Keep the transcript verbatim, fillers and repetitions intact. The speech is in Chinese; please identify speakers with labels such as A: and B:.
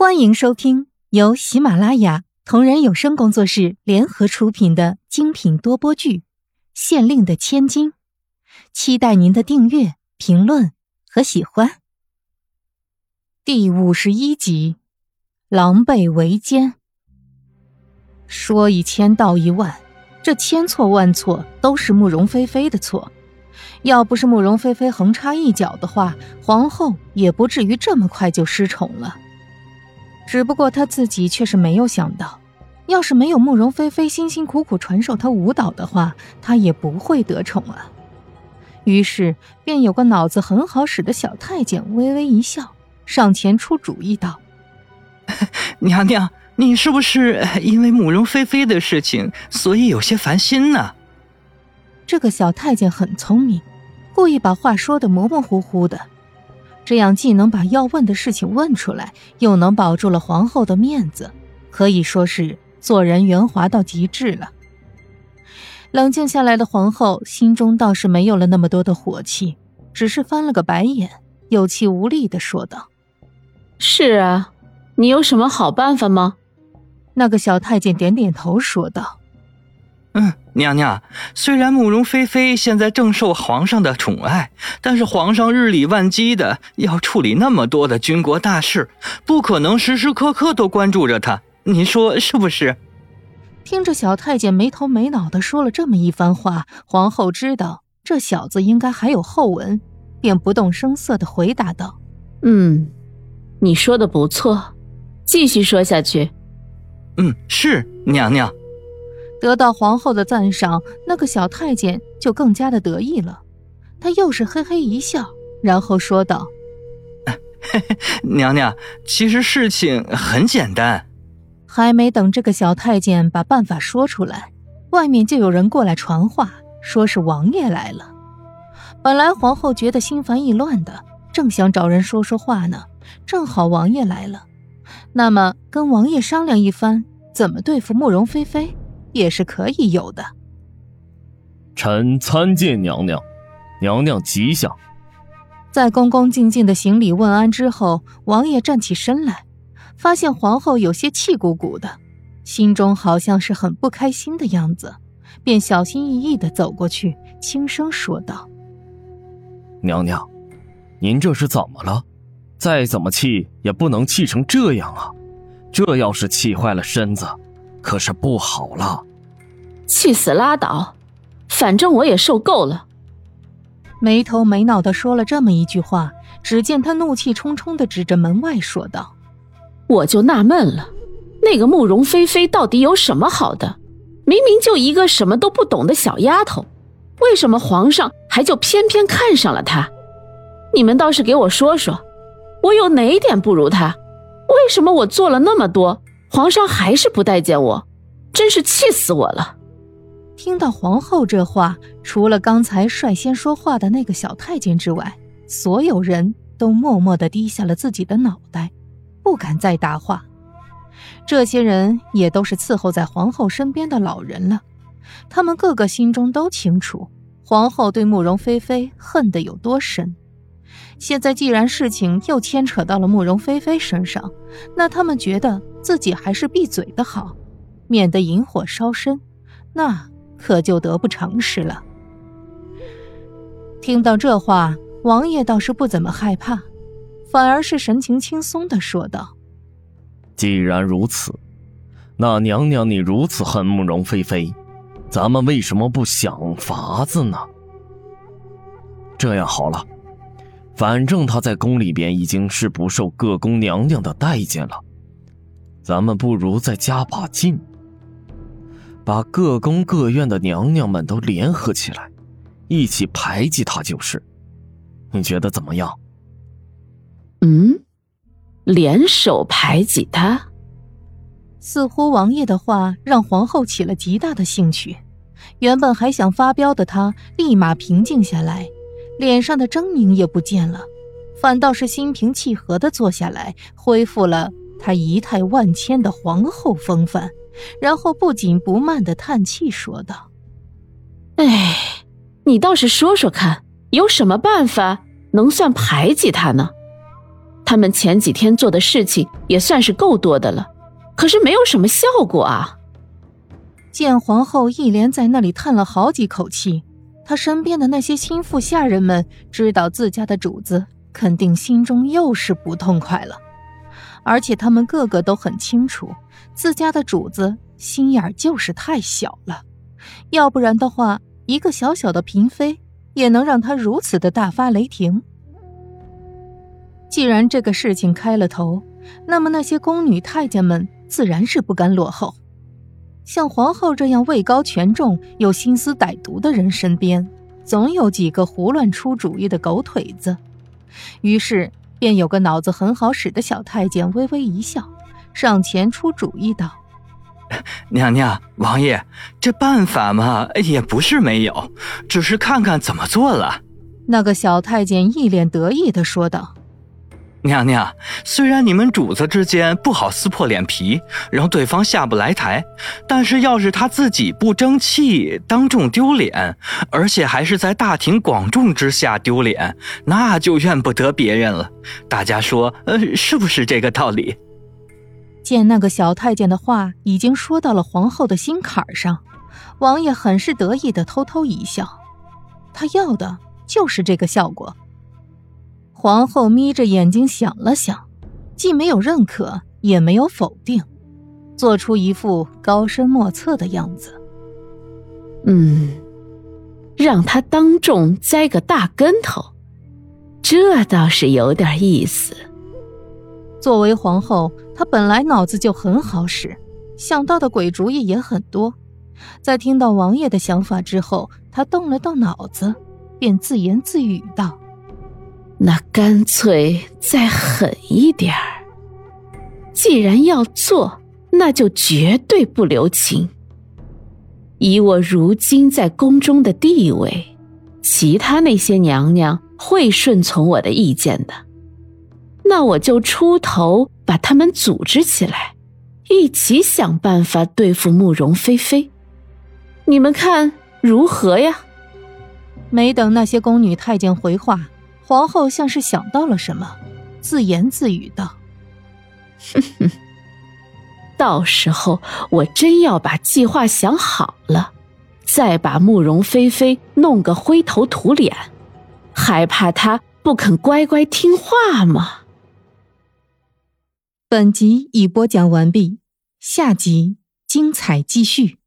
A: 欢迎收听由喜马拉雅同人有声工作室联合出品的精品多播剧《县令的千金》，期待您的订阅、评论和喜欢。第五十一集，狼狈为奸。说一千道一万，这千错万错都是慕容菲菲的错。要不是慕容菲菲横插一脚的话，皇后也不至于这么快就失宠了。只不过她自己却是没有想到，要是没有慕容菲菲辛辛苦苦传授她舞蹈的话，她也不会得宠啊。于是便有个脑子很好使的小太监微微一笑，上前出主意道：
B: 娘娘，你是不是因为慕容菲菲的事情，所以有些烦心呢？
A: 这个小太监很聪明，故意把话说得模模糊糊的，这样既能把要问的事情问出来，又能保住了皇后的面子，可以说是做人圆滑到极致了。冷静下来的皇后心中倒是没有了那么多的火气，只是翻了个白眼，有气无力地说道：
C: 是啊，你有什么好办法吗？
A: 那个小太监点点头说道：
B: 嗯，娘娘，虽然慕容菲菲现在正受皇上的宠爱，但是皇上日理万机的要处理那么多的军国大事，不可能时时刻刻都关注着她，你说是不是？
A: 听着小太监没头没脑地说了这么一番话，皇后知道这小子应该还有后文，便不动声色地回答道：
C: 嗯，你说的不错，继续说下去。
B: 嗯，是娘娘。
A: 得到皇后的赞赏，那个小太监就更加的得意了。他又是嘿嘿一笑，然后说道：
B: 娘娘，其实事情很简单。
A: 还没等这个小太监把办法说出来，外面就有人过来传话，说是王爷来了。本来皇后觉得心烦意乱的，正想找人说说话呢，正好王爷来了，那么跟王爷商量一番，怎么对付慕容菲菲也是可以有的。
D: 臣参见娘娘，娘娘吉祥。
A: 在恭恭敬敬的行礼问安之后，王爷站起身来，发现皇后有些气鼓鼓的，心中好像是很不开心的样子，便小心翼翼地走过去，轻声说道：
D: 娘娘，您这是怎么了？再怎么气也不能气成这样啊，这要是气坏了身子可是不好了。
C: 气死拉倒，反正我也受够了。
A: 没头没脑地说了这么一句话，只见他怒气冲冲地指着门外说道：
C: 我就纳闷了，那个慕容菲菲到底有什么好的？明明就一个什么都不懂的小丫头，为什么皇上还就偏偏看上了她？你们倒是给我说说，我有哪一点不如她？为什么我做了那么多，皇上还是不待见我？真是气死我了。
A: 听到皇后这话，除了刚才率先说话的那个小太监之外，所有人都默默地低下了自己的脑袋，不敢再答话。这些人也都是伺候在皇后身边的老人了，他们个个心中都清楚皇后对慕容菲菲恨得有多深。现在既然事情又牵扯到了慕容菲菲身上，那他们觉得自己还是闭嘴的好，免得引火烧身，那可就得不偿失了。听到这话，王爷倒是不怎么害怕，反而是神情轻松地说道：
D: 既然如此，那娘娘你如此恨慕容菲菲，咱们为什么不想法子呢？这样好了，反正她在宫里边已经是不受各宫娘娘的待见了，咱们不如再加把劲，把各宫各院的娘娘们都联合起来，一起排挤她就是。你觉得怎么样？
C: 嗯，联手排挤她？
A: 似乎王爷的话让皇后起了极大的兴趣，原本还想发飙的她立马平静下来，脸上的狰狞也不见了，反倒是心平气和地坐下来，恢复了她仪态万千的皇后风范，然后不紧不慢地叹气说道：
C: 哎，你倒是说说看，有什么办法能算排挤她呢？她他们前几天做的事情也算是够多的了，可是没有什么效果啊。
A: 见皇后一连在那里叹了好几口气，她身边的那些心腹下人们知道自家的主子肯定心中又是不痛快了，而且他们个个都很清楚，自家的主子心眼就是太小了，要不然的话，一个小小的嫔妃也能让他如此的大发雷霆。既然这个事情开了头，那么那些宫女太监们自然是不甘落后。像皇后这样位高权重又心思歹毒的人身边，总有几个胡乱出主意的狗腿子。于是便有个脑子很好使的小太监微微一笑，上前出主意道：
B: 娘娘，王爷，这办法嘛，也不是没有，只是看看怎么做了。
A: 那个小太监一脸得意地说道：
B: 娘娘，虽然你们主子之间不好撕破脸皮，让对方下不来台，但是要是他自己不争气，当众丢脸，而且还是在大庭广众之下丢脸，那就怨不得别人了。大家说，呃，是不是这个道理？
A: 见那个小太监的话已经说到了皇后的心坎上，王爷很是得意的偷偷一笑，他要的就是这个效果。皇后眯着眼睛想了想，既没有认可，也没有否定，做出一副高深莫测的样子。
C: 嗯，让他当众栽个大跟头，这倒是有点意思。
A: 作为皇后，她本来脑子就很好使，想到的鬼主意也很多。在听到王爷的想法之后，她动了动脑子，便自言自语道：
C: 那干脆再狠一点儿。既然要做，那就绝对不留情。以我如今在宫中的地位，其他那些娘娘会顺从我的意见的。那我就出头把他们组织起来，一起想办法对付慕容菲菲。你们看如何呀？
A: 没等那些宫女太监回话，皇后像是想到了什么，自言自语道：
C: 哼哼，到时候我真要把计划想好了，再把慕容菲菲弄个灰头土脸，还怕她不肯乖乖听话吗？
A: 本集已播讲完毕，下集精彩继续。